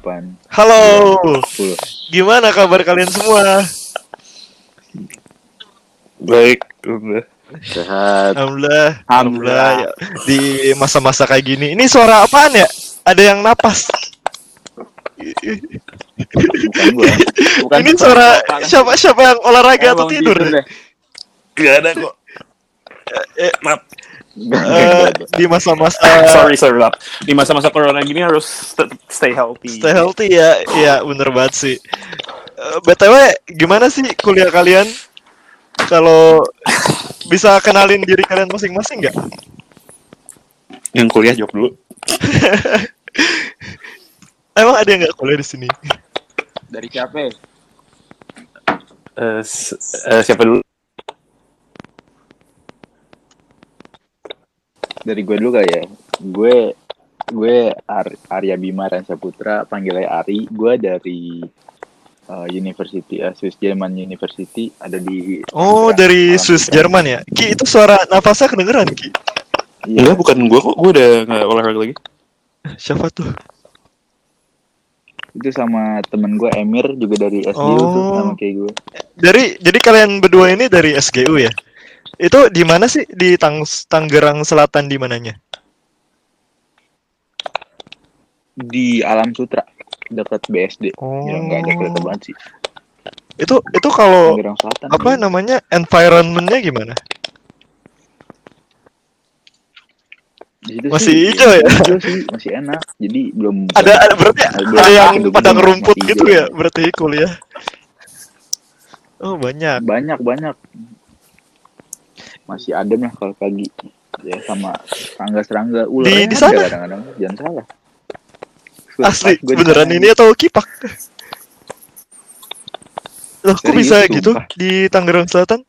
8. Halo. 10. Gimana kabar kalian semua? Baik, udah. Sehat. Alhamdulillah. Ya, di masa-masa kayak gini. Ini suara apaan ya? Ada yang napas. Bukan gua. Ini suara siapa yang olahraga atau tidur? Gak ada kok. Maaf. Di masa-masa Sorry, maaf. Di masa-masa corona gini harus stay healthy. stay healthy ya. Iya, bener banget sih. BTW, gimana sih kuliah kalian? Kalau bisa kenalin diri kalian masing-masing nggak? Yang kuliah jawab dulu. Emang ada yang nggak kuliah di sini? Dari siapa? Siapa dulu? Dari gue dulu kali ya. Gue Arya Bima Ransa Putra, panggilnya Ari. Gue dari University Swiss German University, ada di Oh, dari Swiss Jerman ya. Ki, itu suara nafasnya kedengeran, Ki. Iya. Enggak, bukan gue kok. Gue udah gak olahraga lagi. Siapa tuh? Itu sama temen gue Emir juga dari SGU tuh, sama kayak gue. Jadi kalian berdua ini dari SGU ya? Itu di mana sih? Di Tangerang Selatan di mananya? Di Alam Sutra, dekat BSD. Oh. Ya nggak ada kereta banget sih. Itu kalau Tangerang Selatan. apa namanya? Environment-nya gimana? Di situ Masih sih, hijau ya? Hijau sih, masih enak. Jadi belum Berarti belum ada yang gedung-gedung padang masih rumput hijau. gitu ya? Berarti kuliah. Oh, banyak. Banyak. Masih adem lah kalau pagi. Ya sama serangga ular. Di sana? Kadang-kadang jangan salah. Asli, Gua di beneran sana. ini atau kipak? Loh, kok Serius, bisa gitu sumpah. di Tangerang Selatan?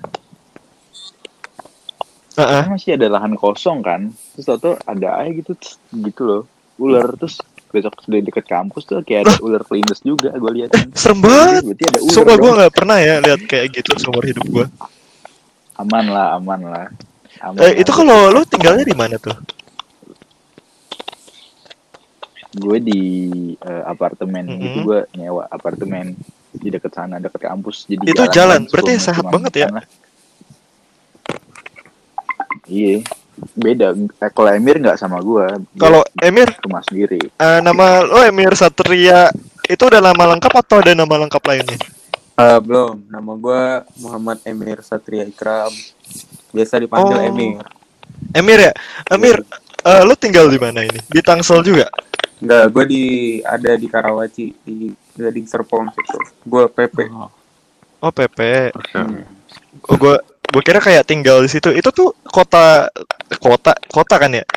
Karena masih ada lahan kosong kan. Terus tau ada aja gitu loh. Ular terus besok sudah deket kampus tuh kayak ada ular kelindes juga gue lihat. Serem banget. Berarti ada ular. Sumpah gue dong. nggak pernah ya lihat kayak gitu seumur hidup gue. Aman lah. Aman Itu kalau lu tinggalnya di mana tuh? gue di apartemen Mhm. gitu, gue nyewa apartemen di dekat sana, dekat kampus. Jadi Itu jalan, 10 berarti menit, sehat 5 banget ya? menitan lah. Iya, beda. Kalau Emir nggak sama gue. Kalau Emir, rumah sendiri. nama lo Emir Satria itu udah nama lengkap atau ada nama lengkap lainnya? Belum. Nama gue Muhammad Emir Satria Ikram. Biasa dipanggil Oh. Emir. Emir ya? Emir, lo tinggal di mana ini? Di Tangsel juga? Enggak, gue ada di Karawaci di Gading Serpong gitu. Gue PP. Oh, PP. Oh, gue kira kayak tinggal di situ. Itu tuh kota kan ya?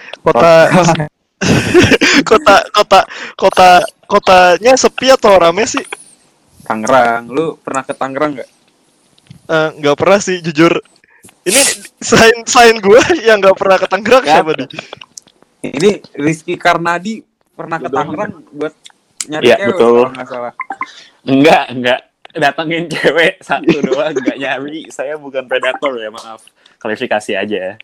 Kotanya sepi atau rame sih? Tangerang. Lu pernah ke Tangerang nggak? Nggak pernah sih, jujur. Ini selain gue yang nggak pernah ke Tangerang siapa nih? Ini Rizky Karnadi pernah ke Tangerang buat nyari Iya, cewek betul. kalau nggak salah. Enggak. Datengin cewek satu doang, enggak nyari. Saya bukan predator ya, maaf. Klarifikasi aja.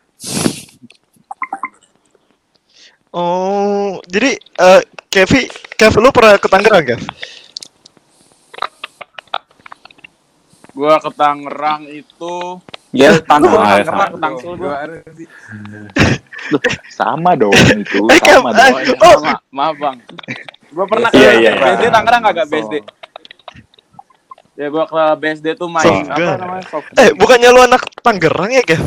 Oh, jadi Kev, lu pernah ke Tangerang, Kev? Gua ke Tangerang itu Ya, Tangerang. Tangerang, Tangsel gue. Sama dong itu. Kev, Sama dong. sama, maaf bang. Gua pernah ke Iya. BSD Tangerang agak BSD. Ya gua ke BSD tuh main Softgun. apa namanya? Soft. Bukannya lu anak Tangerang ya, Kev?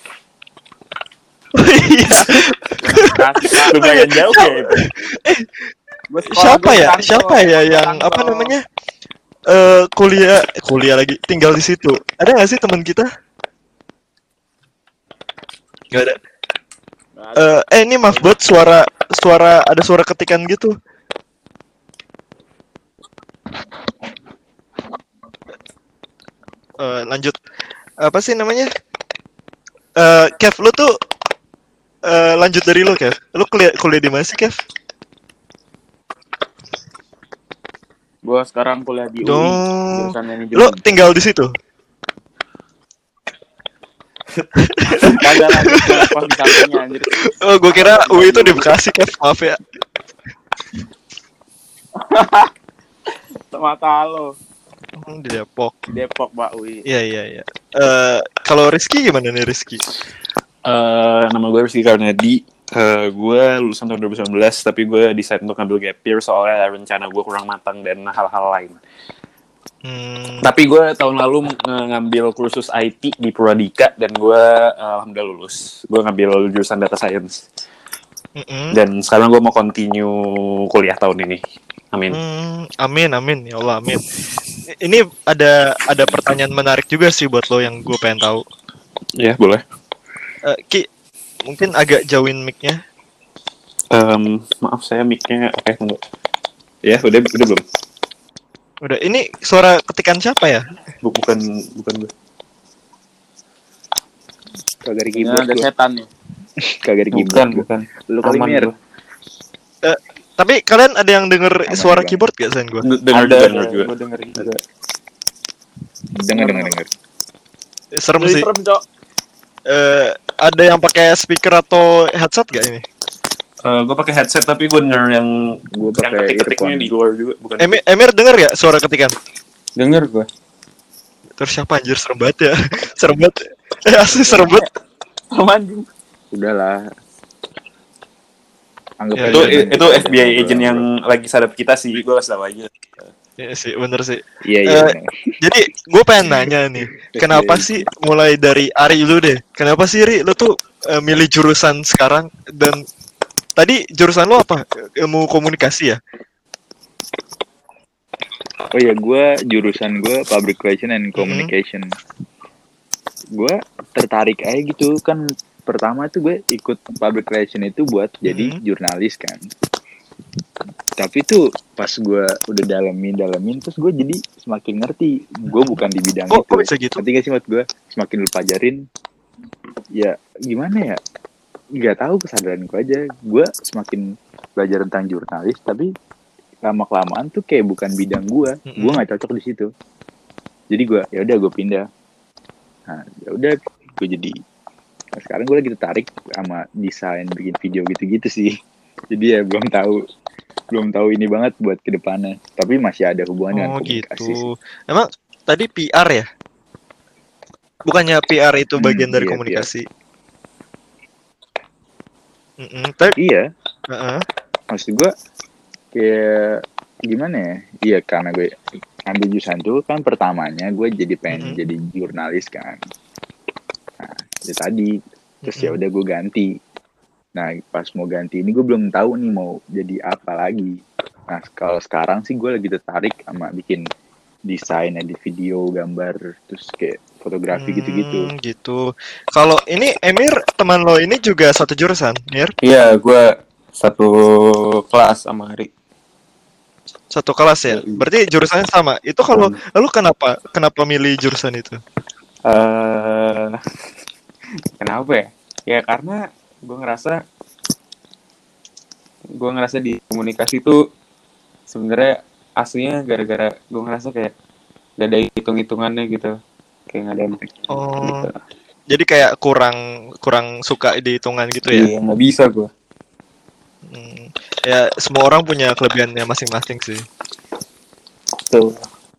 Oh iya. Lumayan jauh ya itu. Gua sekolah gua di Tangsel. Siapa ya yang Tangsel. apa namanya? Kuliah lagi tinggal di situ. Ada nggak sih teman kita? Nggak ada. Ini maaf buat suara ada suara ketikan gitu. Lanjut. Apa sih namanya? Kev, lu tuh lanjut dari lu, Kev. Lu kuliah di mana sih, Kev? Gua sekarang kuliah di UI. Oh, Jurusan manajemen. lu tinggal di situ? Kagak lah, pas di sampingnya anjir. Oh, gue kira UI itu di Bekasi, Kev. Maaf ya. Mata lo. Di Depok. Depok, Pak Wi. Iya. Kalau Rizky gimana nih Rizky? Nama gue Rizky Karnadi. Gue lulusan tahun 2019, tapi gue decide untuk ngambil gap year soalnya rencana gue kurang matang dan hal-hal lain. Tapi gue tahun lalu ngambil kursus IT di Purwadika dan gue alhamdulillah lulus. Gue ngambil jurusan data science. Dan sekarang gue mau continue kuliah tahun ini. Amin. Amin ya Allah, amin. Ini ada pertanyaan menarik juga sih buat lo yang gue pengen tahu. Ya, boleh. Ki, mungkin agak jauhin mic-nya. Maaf saya mic-nya tunggu. Ya, udah belum? Udah, ini suara ketikan siapa ya? Bukan gue. Kagak Ini keyboard ada gua. setan nih. Kagak keyboard. Bukan. Lu kali Aman Mir. gua. Tapi kalian ada yang denger Aman, suara Bang. keyboard gak selain gue? Dengar juga. Gue dengerin juga. Dengar. Serem Jadi sih. serem, Cok. Ada yang pakai speaker atau headset gak ini? Gue pakai headset tapi gue denger yang Gue pakai ketik-ketiknya earphone. di luar juga, bukan. Emir denger gak suara ketikan? Denger gue. Terus siapa anjir, serem banget ya. Serem banget. Asli serem banget. Serem anjing. Udahlah. Anggap Ya, aja itu main itu kita FBI aja, agent bro. yang lagi sadap kita sih, gue kasih tahu aja. Iya sih, bener sih. Iya. Bener. Jadi gue pengen nanya nih, kenapa sih mulai dari Ari lu deh? Kenapa sih Ri, lu tuh milih jurusan sekarang? Dan tadi jurusan lu apa? Ilmu komunikasi ya? Oh ya, jurusan gue Public Relation and Communication. Gue tertarik aja gitu kan. Pertama tuh gue ikut Public Relation itu buat jadi jurnalis kan. Tapi tuh pas gue udah dalemin terus gue jadi semakin ngerti gue bukan di bidang itu. Kok bisa gitu? Ngerti gak sih maksud gue? Semakin lu pelajarin, ya gimana ya? Gak tahu, kesadaran gue aja. Gue semakin belajar tentang jurnalis, tapi lama-kelamaan tuh kayak bukan bidang gue. Gue nggak cocok di situ. Jadi ya udah gue pindah. Nah, ya udah gue jadi. Nah, sekarang gue lagi tertarik sama desain, bikin video gitu-gitu sih. Jadi ya belum tahu ini banget buat kedepannya. Tapi masih ada hubungan dengan komunikasi sih. Gitu. Emang tadi PR ya? Bukannya PR itu bagian dari iya, komunikasi? Tapi Iya. Heeh. Maksud gue kayak gimana ya? Iya, karena gue ambil jurusan tuh kan pertamanya gue jadi pengen jadi jurnalis kan. Nah, itu tadi terus ya udah gue ganti. Nah, pas mau ganti ini gue belum tahu nih mau jadi apa lagi. Nah, kalau sekarang sih gue lagi tertarik sama bikin desain, edit video, gambar, terus kayak fotografi gitu-gitu. Gitu. Kalau ini Emir, teman lo ini juga satu jurusan, Mir? Iya, gue satu kelas sama Ari. Satu kelas ya? Berarti jurusannya sama. Itu kalau lu kenapa milih jurusan itu? Kenapa ya? Ya karena gue ngerasa di komunikasi itu sebenarnya aslinya gara-gara gue ngerasa kayak gak ada hitung-hitungannya gitu, kayak gak ada impact gitu. Jadi kayak kurang suka di hitungan gitu ya? Iya, nggak bisa gue. Ya semua orang punya kelebihannya masing-masing sih. Tuh.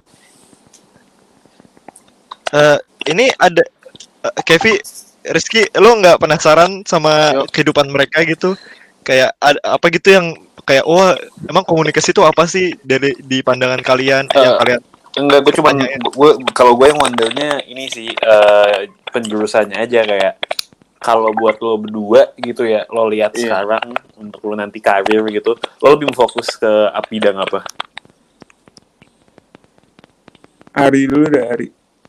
Ini ada Kevi, Rizky, lo nggak penasaran sama kehidupan mereka gitu? Kayak apa gitu yang kayak emang komunikasi itu apa sih di pandangan kalian yang kalian? Enggak, kalau gue yang wondernya ini sih penjurusannya aja, kayak kalau buat lo berdua gitu ya, lo lihat sekarang untuk lo nanti karir gitu, lo lebih fokus ke bidang apa? Ari dulu deh, Ari.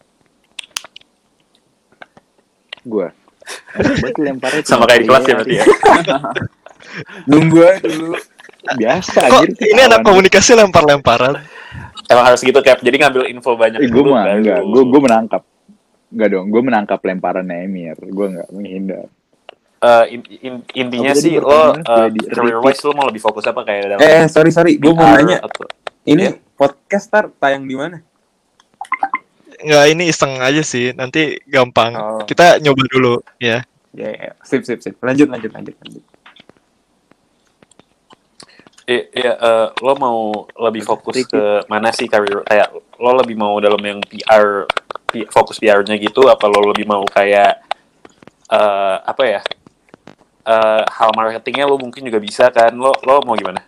Gue lempar Sama kayak di kelas ya berarti ya. Nunggu aja dulu. Biasa Kok anjir. ini anak komunikasi lempar-lemparan? Emang harus gitu, Cap. Jadi ngambil info banyak Gue dulu. mah enggak, gue menangkap. Enggak dong, gue menangkap lemparannya Emir. Gue enggak menghindar. Intinya Apa sih tadi lo pertanyaan? career wise lo mau lebih fokus apa kayak dalam Sorry, gue mau PR nanya. atau Ini podcast tayang di mana? Nggak, ini iseng aja sih. Nanti gampang. Oh. Kita nyoba dulu ya. Ya, sip. Lanjut. Lo mau lebih fokus ke mana sih karir? Kayak lo lebih mau dalam yang fokus PR-nya gitu, apa lo lebih mau kayak apa ya? Hal marketingnya lo mungkin juga bisa kan? Lo mau gimana?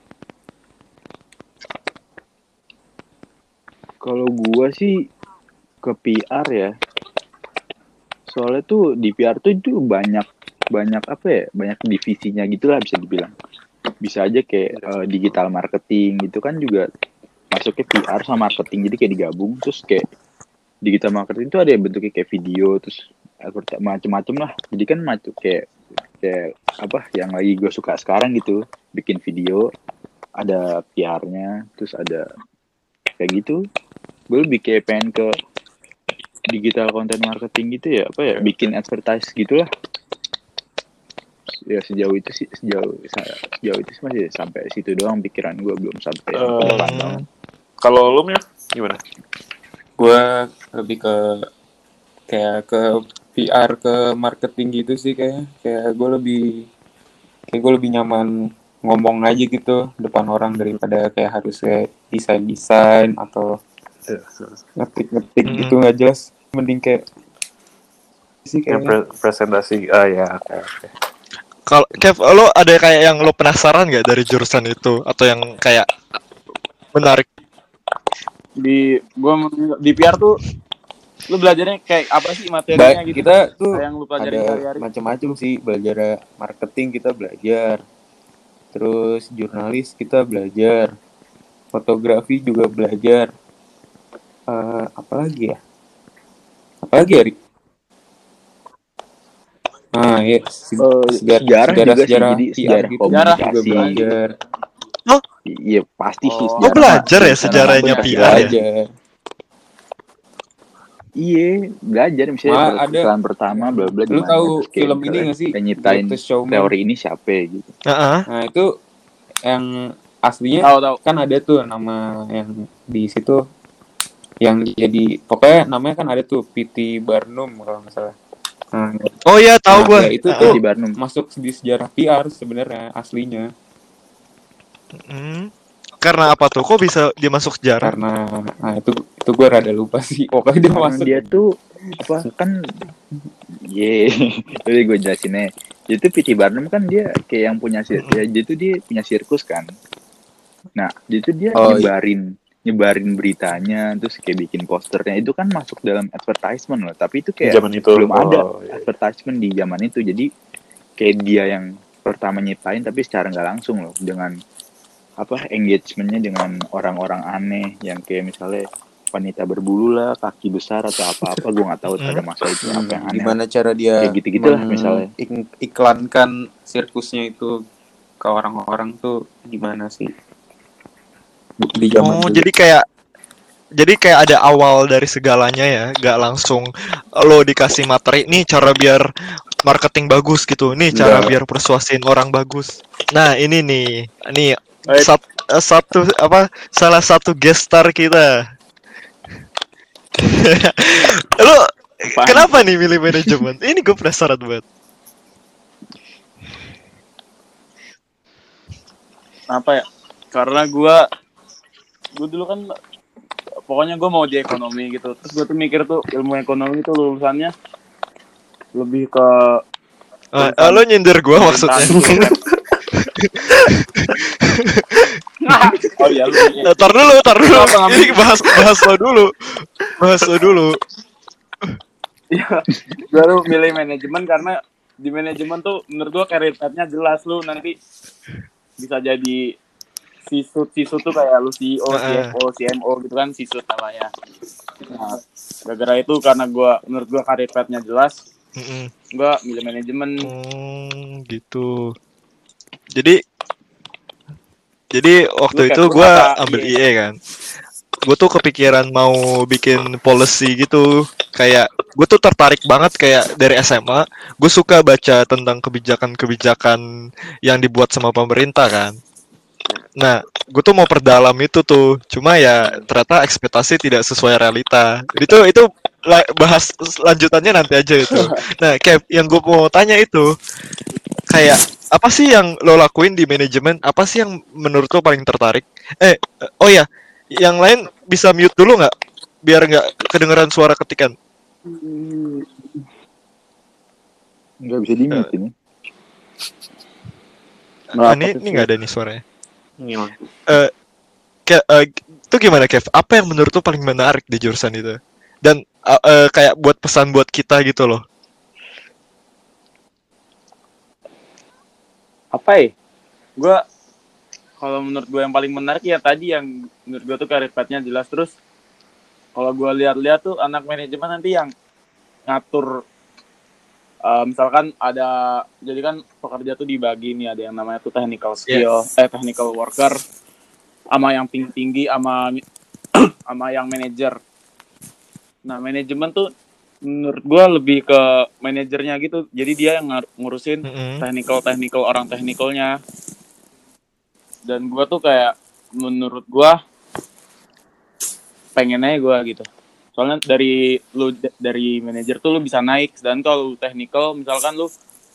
Kalau gua sih ke PR ya. Soalnya tuh di PR tuh itu banyak apa ya? Banyak divisinya gitulah bisa dibilang. Bisa aja kayak digital marketing gitu kan juga masuknya PR sama marketing, jadi kayak digabung. Terus kayak digital marketing itu ada yang bentuknya kayak video, terus macam-macam lah. Jadi kan macam kayak apa yang lagi gue suka sekarang gitu, bikin video, ada PR-nya, terus ada kayak gitu. Gue lebih kayak pengen ke digital content marketing gitu ya, apa ya, bikin advertise gitulah. Ya sejauh itu sih masih sampai situ doang pikiran gue, belum sampai ke depan banget. Kalau lo ya gimana? Gue lebih ke kayak ke PR, ke marketing gitu sih, kayak gue lebih nyaman ngomong aja gitu depan orang daripada kayak harus kayak desain atau ngetik gitu nggak jelas. Mending kayak sih kayak presentasi. Ya, oke. Kalau Kev, lo ada kayak yang lo penasaran nggak dari jurusan itu atau yang kayak menarik? Di PR tuh lu belajarnya kayak apa sih materinya gitu? Kita tuh yang lu pelajarin ada sehari-hari. macam-macam sih. Belajar marketing kita belajar, terus jurnalis kita belajar, fotografi juga belajar. Apalagi ya Rik? Ya sejarah juga sih, jadi sejarah komunikasi juga belajar. Iya pasti sih Lo sejarah. belajar ya sejarahnya PR ya? Belajar. Iya, belajar misalnya iklan pertama bla bla gimana. Lu tahu film misalnya, ini nggak sih? Nyiptain teori ini siapa gitu. Nah, itu yang aslinya Tahu. Kan ada tuh nama yang di situ yang jadi, pokoknya namanya kan ada tuh P.T. Barnum kalau nggak salah. Oh iya, tahu gue. Ya, itu tuh masuk di sejarah PR sebenarnya aslinya. Karena apa tuh? Kok bisa dia masuk sejarah? Karena itu gue rada lupa sih. Pokoknya dia masuk. Dia tuh apa kan? Jadi gue jelasinnya. Itu P.T. Barnum kan dia kayak yang punya dia punya sirkus kan. Nah, itu dia nyebarin beritanya, terus kayak bikin posternya, itu kan masuk dalam advertisement loh. Tapi itu kayak belum ada advertisement di zaman itu. Jadi kayak dia yang pertama nyiptain, tapi secara nggak langsung loh, dengan apa engagementnya dengan orang-orang aneh yang kayak misalnya wanita berbulu lah, kaki besar atau apa-apa, gue nggak tahu pada masa itu apa yang aneh. Gimana cara dia kayak gitu-gitulah misalnya iklankan sirkusnya itu ke orang-orang tuh gimana sih? Jadi kayak ada awal dari segalanya ya, nggak langsung lo dikasih materi nih cara biar marketing bagus gitu, nih cara biar persuasiin orang bagus. Nah ini nih salah satu guest star kita. Lo kenapa nih milih manajemen? Ini gue penasaran banget. Apa ya? Karena gue dulu kan pokoknya gue mau di ekonomi gitu. Terus gue tuh mikir tuh ilmu ekonomi tuh lulusannya lebih ke lo nyindir gue maksudnya. Oh iya lu. Tar dulu. Ini bahas lo dulu. Iya, gue tuh milih manajemen karena di manajemen tuh menurut gue career path-nya jelas, lu nanti bisa jadi sisut tuh kayak lu CEO, CFO, CMO gitu kan, sisut namanya. Nah, gara-gara itu karena menurut gue career path-nya jelas, gue milih manajemen. Gitu. Jadi waktu itu gue ambil IE kan. Gue tuh kepikiran mau bikin policy gitu. Kayak gue tuh tertarik banget kayak dari SMA. Gue suka baca tentang kebijakan-kebijakan yang dibuat sama pemerintah kan. Nah, gue tuh mau perdalam itu tuh. Cuma ya ternyata ekspektasi tidak sesuai realita. Itu bahas lanjutannya nanti aja itu. Nah, kayak yang gue mau tanya itu kayak apa sih yang lo lakuin di manajemen? Apa sih yang menurut lo paling tertarik? Oh ya, yang lain bisa mute dulu nggak? Biar nggak kedengeran suara ketikan. Nggak bisa di-mute ini. Ini nggak ada nih suaranya. Gimana? Itu gimana, Kev? Apa yang menurut lo paling menarik di jurusan itu? Dan kayak buat pesan buat kita gitu loh. Apa ya? Gue kalau menurut gue yang paling menarik ya tadi yang menurut gue tuh career path-nya jelas. Terus kalau gue lihat-lihat tuh anak manajemen nanti yang ngatur misalkan ada, jadi kan pekerja tuh dibagi nih, ada yang namanya tuh technical skill, technical worker, sama yang tinggi sama sama yang manager. Nah manajemen tuh menurut gue lebih ke manajernya gitu, jadi dia yang ngurusin technical orang technicalnya. Dan gue tuh kayak menurut gue pengennya gue gitu, soalnya dari manajer tuh lu bisa naik, dan kalau lu technical misalkan lu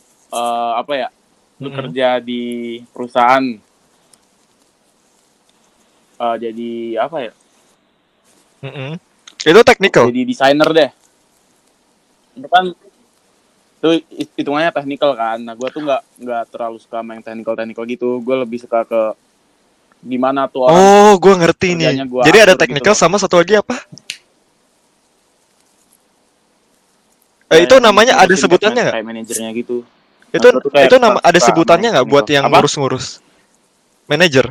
lu kerja di perusahaan jadi apa ya, itu technical, jadi desainer deh, itu kan itu hitungannya technical kan. Nah gue tuh nggak terlalu suka main technical gitu, gue lebih suka ke gimana tuh orang. Oh gue ngerti nih, jadi ada technical gitu sama satu lagi apa? Itu namanya ada sebutannya nggak? Kayak manajernya gitu. Itu nama ada sebutannya nggak buat yang ngurus-ngurus? Manager.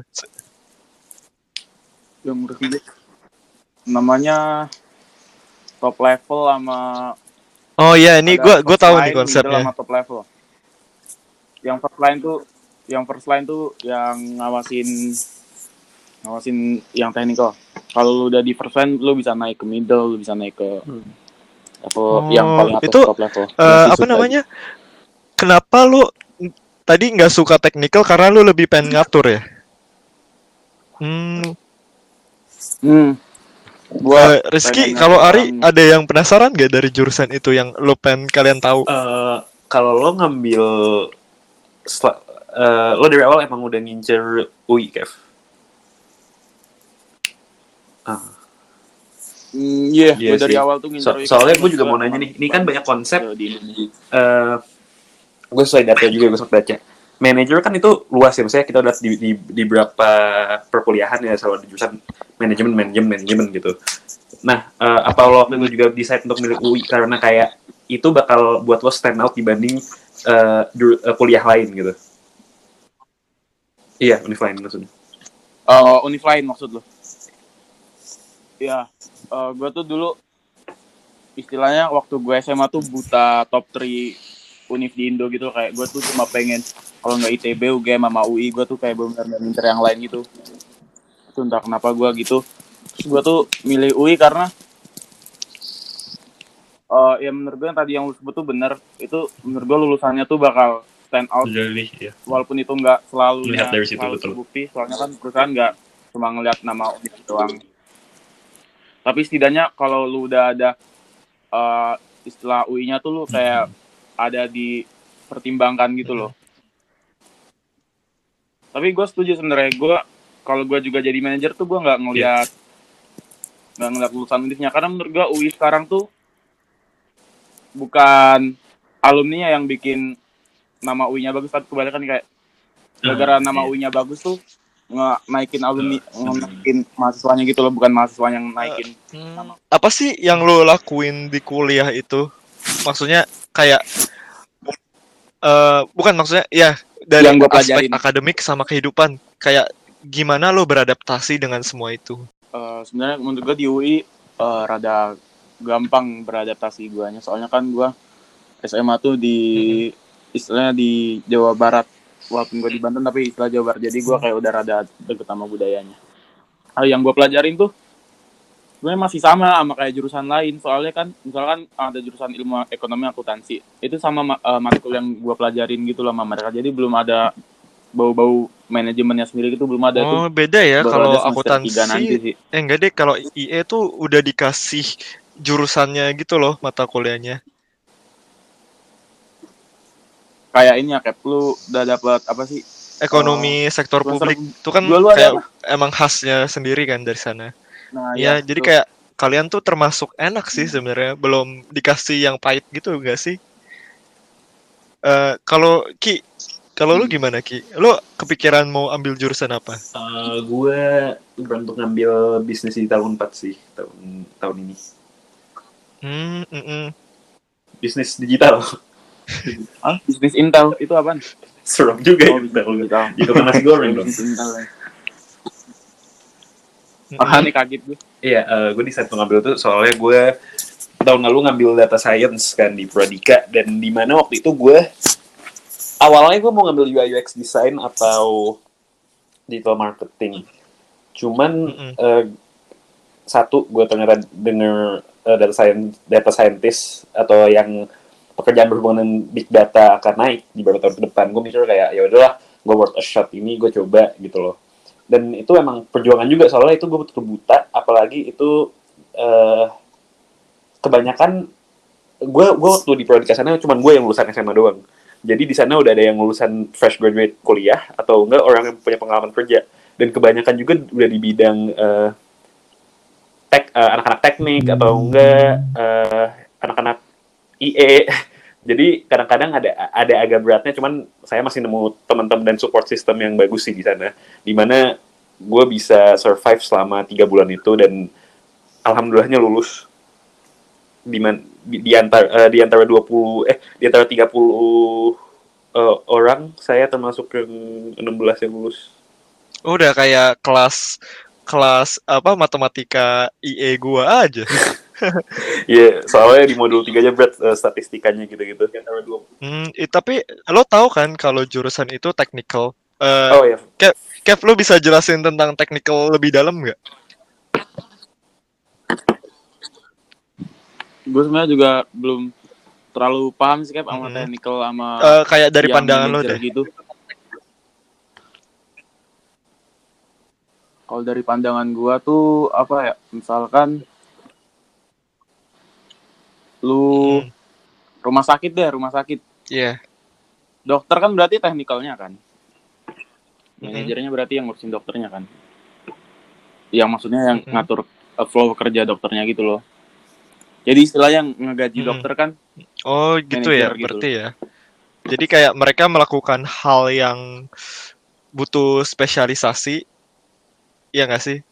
Yang ngurus gitu. Namanya top level sama. Oh iya, ini gue tahu nih konsepnya. Sama top level. Yang first line tuh yang ngawasin yang technical. Kalau lu udah di first line, lu bisa naik ke middle, lu bisa naik ke level yang paling atas, top level. Apa namanya? Kenapa lu tadi nggak suka technical karena lu lebih pengen ngatur ya? Rizky, kalau Ari ada yang penasaran gak dari jurusan itu yang lo pengen kalian tahu? Kalau lo ngambil, lo dari awal emang udah ngincer UI, Kev? Iya, dari awal tuh ngincer UI. Soalnya gue juga mau nanya nih, ini kan banyak konsep. Gue sesuai data juga, gue sempat baca. Manager kan itu luas ya, misalnya kita udah di berapa perkuliahan ya, selalu di jurusan manajemen gitu. Nah, apa lo waktu itu juga decide untuk milih UI karena kayak itu bakal buat lo stand out dibanding kuliah lain gitu? Iya, univ lain maksudnya. Univ lain maksud lo? Iya, gue tuh dulu istilahnya waktu gue SMA tuh buta top 3 univ di Indo gitu, kayak gue tuh cuma pengen kalau nggak ITB, UGM sama UI, gue tuh kayak bener-bener minter yang lain gitu. Itu entah kenapa gue gitu. Terus gue tuh milih UI karena ya menurut gue yang tadi yang lu sebut tuh bener. Itu menurut gue lulusannya tuh bakal stand out. Jadi, ya. Walaupun itu nggak selalu betul. terbukti, soalnya kan perusahaan nggak cuma ngeliat nama univ doang. Tapi setidaknya kalau lu udah ada istilah UI-nya tuh lu kayak ada dipertimbangkan gitu loh. Tapi gue setuju sebenarnya, kalau gue juga jadi manajer tuh gue nggak ngeliat lulusan univnya, karena menurut gue UI sekarang tuh bukan alumninya yang bikin nama UI-nya bagus, tapi kebanyakan kayak gara-gara nama UI-nya bagus tuh naikin alumni, naikin mahasiswanya gitu loh, bukan mahasiswa yang naikin. Apa sih yang lo lakuin di kuliah itu? Maksudnya kayak bukan maksudnya ya dari yang aspek akademik sama kehidupan, kayak gimana lo beradaptasi dengan semua itu? Sebenarnya menurut gue di UI rada gampang beradaptasi guanya, soalnya kan gue SMA tuh di istilahnya di Jawa Barat, walaupun gue di Banten tapi istilah Jawa Barat, jadi gue kayak udah rada deket sama budayanya. Yang gue pelajarin tuh sebenarnya masih sama kayak jurusan lain, soalnya kan misalkan ada jurusan ilmu ekonomi akuntansi, itu sama matkul yang gue pelajarin gitu loh sama mereka, jadi belum ada bau-bau manajemennya sendiri gitu, belum ada. Oh, beda ya kalau akuntansi. Enggak deh, kalau IE tuh udah dikasih jurusannya gitu loh, mata kuliahnya. kayak ini ya, kayak lu udah dapat apa sih? Ekonomi sektor publik itu kan kayak emang khasnya sendiri kan dari sana. Nah, ya jadi kayak kalian tuh termasuk enak sih sebenarnya, belum dikasih yang pahit gitu enggak sih? Kalau Ki, kalau lu gimana Ki? Lu kepikiran mau ambil jurusan apa? Gue beruntung ngambil bisnis di tahun 4 sih, tahun ini. Bisnis digital. Bisnis Intel itu apaan? Serem juga ya. Itu kan nasi goreng dong. Nih kaget gue. Iya, gue decide untuk ngambil itu soalnya gue tahun lalu ngambil data science kan di Pradika, dan di mana waktu itu gue awalnya gue mau ngambil UI UX design atau digital marketing. Cuman satu gue denger data scientist atau yang pekerjaan berhubungan dengan big data akan naik di beberapa tahun ke depan. Gue mikir kayak ya udahlah, gue worth a shot ini, gue coba gitu loh. Dan itu emang perjuangan juga soalnya itu gue betul buta, apalagi itu kebanyakan gue waktu di Prodika sana cuman gue yang lulusan SMA doang. Jadi di sana udah ada yang lulusan fresh graduate kuliah atau enggak orang yang punya pengalaman kerja, dan kebanyakan juga udah di bidang anak-anak teknik atau enggak anak-anak IE. Jadi kadang-kadang ada agak beratnya, cuman saya masih nemu teman-teman dan support system yang bagus sih di sana, dimana gue bisa survive selama 3 bulan itu, dan alhamdulillahnya lulus di antara 30 orang saya termasuk yang 16 yang lulus. Udah kayak kelas apa matematika IE gua aja. Iya, soalnya di modul 3 aja berat statistikanya gitu-gitu. Tapi lo tahu kan kalau jurusan itu technical. Iya. Kev, lo bisa jelasin tentang technical lebih dalam nggak? Gue sebenarnya juga belum terlalu paham sih Kev sama technical sama kayak dari pandangan lo deh. Gitu. Kalau dari pandangan gue tuh apa ya? Misalkan lu rumah sakit. Iya. Yeah. Dokter kan berarti teknikalnya kan. Manajernya berarti yang ngurusin dokternya kan. Yang maksudnya yang ngatur flow kerja dokternya gitu loh. Jadi istilahnya yang ngegaji dokter kan. Oh gitu ya, berarti gitu. Ya. Jadi kayak mereka melakukan hal yang butuh spesialisasi. Iya nggak sih?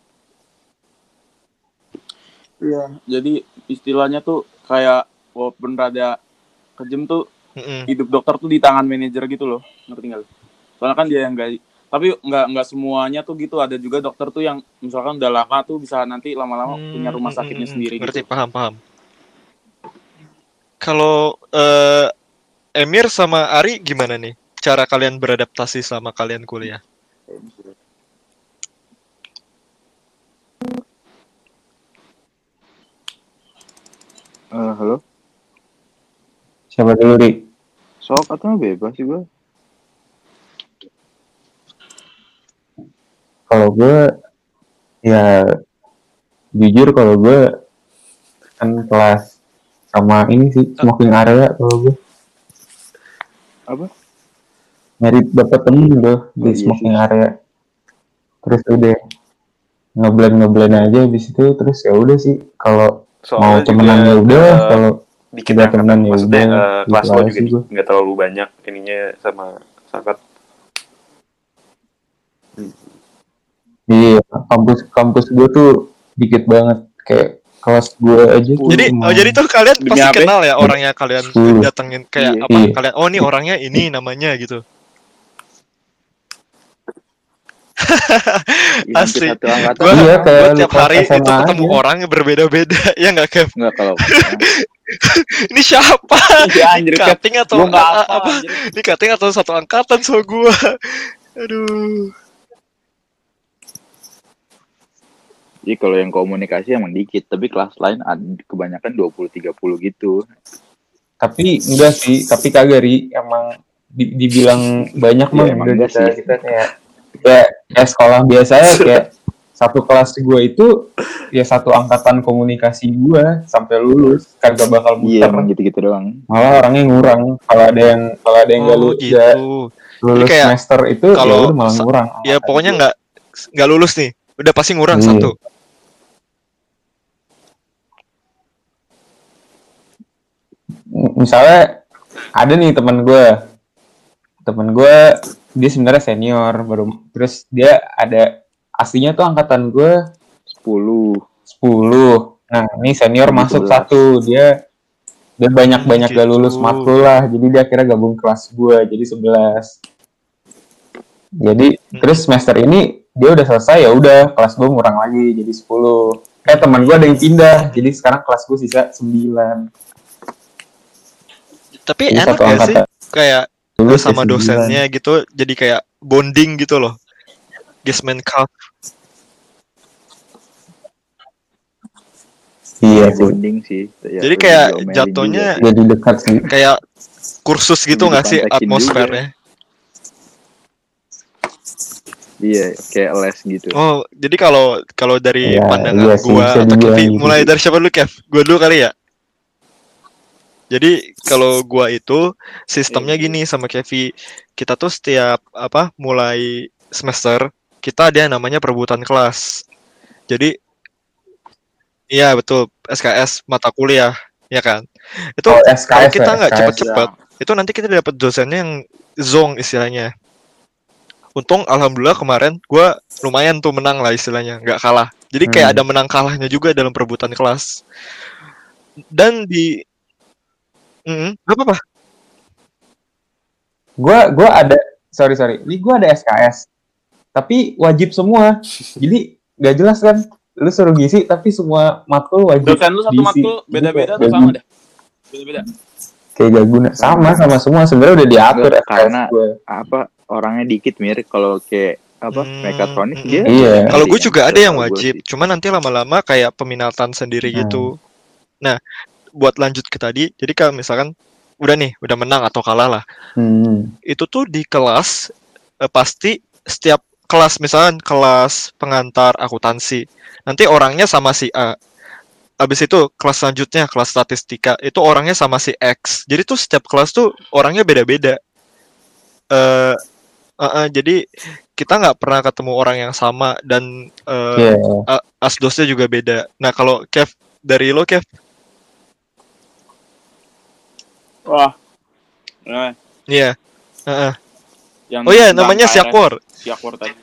Iya, jadi istilahnya tuh kayak walaupun rada kejem tuh hidup dokter tuh di tangan manajer gitu loh, ngerti nggak? Soalnya kan dia yang gaji. Tapi nggak semuanya tuh gitu, ada juga dokter tuh yang misalkan udah lama tuh bisa nanti lama-lama punya rumah sakitnya sendiri. Ngerti, gitu. Paham. Kalau Emir sama Ari gimana nih cara kalian beradaptasi selama kalian kuliah? Halo? Siapa dulu, Ri? Sok atau bebas sih gue? Kalau gue, ya jujur kalau gue kan kelas sama ini sih, smoking area kalau gue. Apa? Nyari dapat temen gue di smoking area. Terus udah ngeblend aja habis itu, terus ya udah sih kalau mau temenan ya udah, kalau kita temenan ya udah. Kelas lo juga nggak terlalu banyak ininya sama sangat. Iya, kampus gue tuh dikit banget, kayak kelas gue aja tuh. Jadi tuh kalian pasti kenal ya orangnya kalian datengin kayak apa? Kalian ini orangnya ini namanya gitu. Asli. Gue tiap hari itu ketemu orang berbeda-beda, ya nggak Kev? Nggak kalau. Ini siapa? Ya, anjir, cutting atau apa? Ini cutting atau satu angkatan sama gue? Aduh. Jadi kalau yang komunikasi emang dikit, tapi kelas lain kebanyakan 20-30 gitu. Tapi enggak sih, tapi kagak Ri, emang dibilang banyak mah udah kita kayak sekolah biasa ya, kayak satu kelas gue itu ya satu angkatan komunikasi gue sampai lulus kagak bakal Iya, muter. emang gitu-gitu doang. Malah orangnya ngurang. Kalau ada yang nggak Oh lulus, gitu. lulus Jadi kayak semester itu ya kalau udah malah ngurang. ya pokoknya nggak lulus nih, udah pasti ngurang Iya. satu. Misalnya ada nih teman gue dia sebenarnya senior baru, terus dia ada aslinya tuh angkatan gue 10. 10. Nah ini senior Jadi masuk 11. satu, dia banyak gak Gitu. lulus matkul lah, jadi dia akhirnya gabung kelas gue jadi 11. Jadi terus semester ini dia udah selesai, ya udah kelas gue ngurang lagi jadi 10. Teman gue ada yang pindah, jadi sekarang kelas gue sisa 9. Tapi Jadi enak satu gak sih angkatan kayak lulus sama ya 9. dosennya gitu, jadi kayak bonding gitu loh. Gisman Cup. Iya sih. Bonding sih. Ya, Jadi lebih kayak diomelin jatuhnya juga. Jadi dekat sih. kayak kursus gitu Lebih nggak sih dikontekin atmosfernya? Iya, kayak les gitu. Oh, jadi kalau dari Iya, pandangan iya sih, gua bisa atau dibilang Kevi, gitu mulai sih. dari siapa dulu, Kev? Gua dulu kali ya. Jadi kalau gua itu sistemnya gini sama Kevi, kita tuh setiap mulai semester kita ada yang namanya perebutan kelas. Jadi iya betul, SKS mata kuliah, ya kan? Itu Oh, kalau SKS kita ya, nggak SKS. cepet-cepet, itu nanti kita dapat dosennya yang zong istilahnya. Untung alhamdulillah kemarin gue lumayan tuh menang lah istilahnya, nggak kalah. Jadi kayak ada menang kalahnya juga dalam perebutan kelas. Dan di nggak apa-apa. Gue ada sorry. Ini gue ada SKS. Tapi wajib semua. Jadi gak jelas kan. Lu suruh ngisi tapi semua matkul wajib. Dosen lu satu diisi. matkul beda-beda Jadi atau sama dah? Beda-beda. Kayak gak guna. Sama semua sebenarnya udah diatur Enggak, SKS karena gue. orangnya dikit Mir. Kalau kayak mekatronik dia. Iya. Kalau gue kan, juga ada yang setahu gua wajib, sih. cuma nanti lama-lama kayak peminatan sendiri gitu. Nah, buat lanjut ke tadi, jadi kalau misalkan udah menang atau kalah lah, itu tuh di kelas pasti setiap kelas, misalkan kelas pengantar akuntansi, nanti orangnya sama si A. Habis itu kelas selanjutnya kelas statistika, itu orangnya sama si X. Jadi tuh setiap kelas tuh orangnya beda-beda. Jadi kita nggak pernah ketemu orang yang sama dan asdosnya juga beda. Nah kalau Kev, dari lo Kev? Wah. Iya. Yang Oh iya, namanya Siakwor. Siakwor tadi.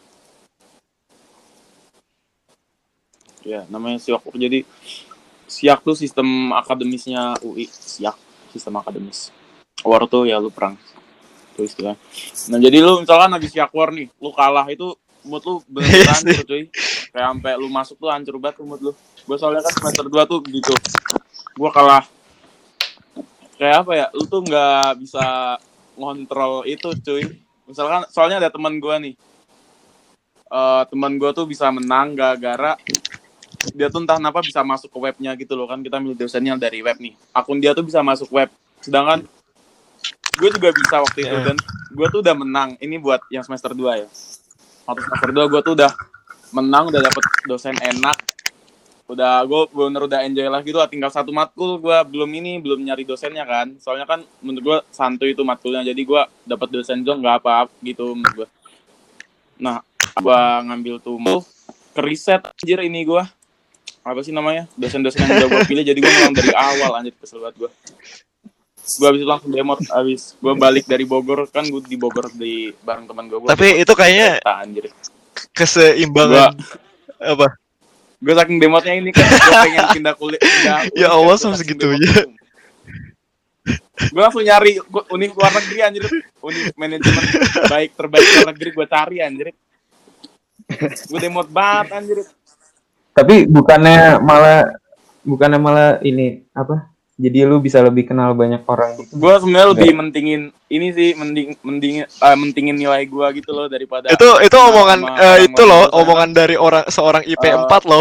Ya, namanya Siakwor. Jadi Siak tuh sistem akademisnya UI. Siak, sistem akademis. War tuh ya lu perang. Itu istilah. Nah, jadi lu misalkan habis Siakwor nih, lu kalah itu mood lu bener-bener hancur cuy. Kayak sampai lu masuk tuh hancur banget mood lu. Gue soalnya kan semester 2 tuh gitu. Gue kalah. Kayak apa ya? Lu tuh nggak bisa ngontrol itu cuy. Misalkan soalnya ada teman gue nih. Teman gue tuh bisa menang gara-gara dia tuh entah kenapa bisa masuk ke webnya gitu loh, kan kita milih dosennya dari web nih. Akun dia tuh bisa masuk web. Sedangkan gue juga bisa waktu itu dan gue tuh udah menang. Ini buat yang semester 2 ya. Waktu semester 2 gue tuh udah menang, udah dapet dosen enak. Gue bener udah enjoy lah gitu lah. Tinggal satu matkul gue belum nyari dosennya kan. Soalnya kan menurut gue santuy itu matkulnya. Jadi gue dapet dosen zong gak apa-apa gitu menurut gue. Nah, gue ngambil tuh keriset anjir ini gue. Apa sih namanya? Dosen-dosen yang udah gue pilih. Jadi gue ngulang dari awal anjir, kesel banget gue. Gue abis itu langsung demot. Abis gue balik dari Bogor. Kan gue di Bogor di bareng teman gue. Tapi itu kayaknya anjir. Keseimbangan apa? Gue saking demotnya ini kan gue pengen pindah kuliah. Ya Allah, sampai segitunya. Gue langsung nyari univ luar negeri anjir. Univ manajemen terbaik luar negeri gue cari anjir. Gue demot banget anjir. Tapi bukannya malah ini apa? Jadi lu bisa lebih kenal banyak orang gitu. Gue sebenarnya lebih mentingin ini sih, mentingin nilai gue gitu loh daripada itu omongan itu loh, omongan dari seorang IP 4 loh.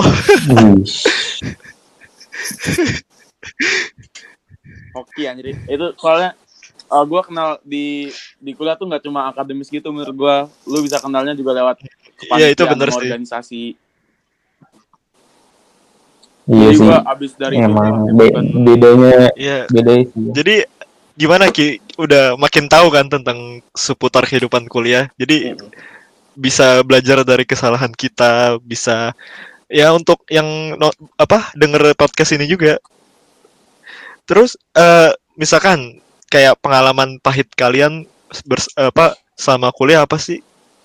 Oke anjir. Itu soalnya gue kenal di kuliah tuh nggak cuma akademis gitu menurut gue. Lu bisa kenalnya juga lewat Iya, itu kepanitiaan bener sama sih. organisasi. Iya Jadi sih. gua abis dari itu Emang gua bukan bedanya Iya. beda sih. Jadi gimana Ki? Udah makin tahu kan tentang seputar kehidupan kuliah. Jadi bisa belajar dari kesalahan kita, bisa ya untuk yang denger podcast ini juga. Terus misalkan kayak pengalaman pahit kalian selama kuliah apa sih?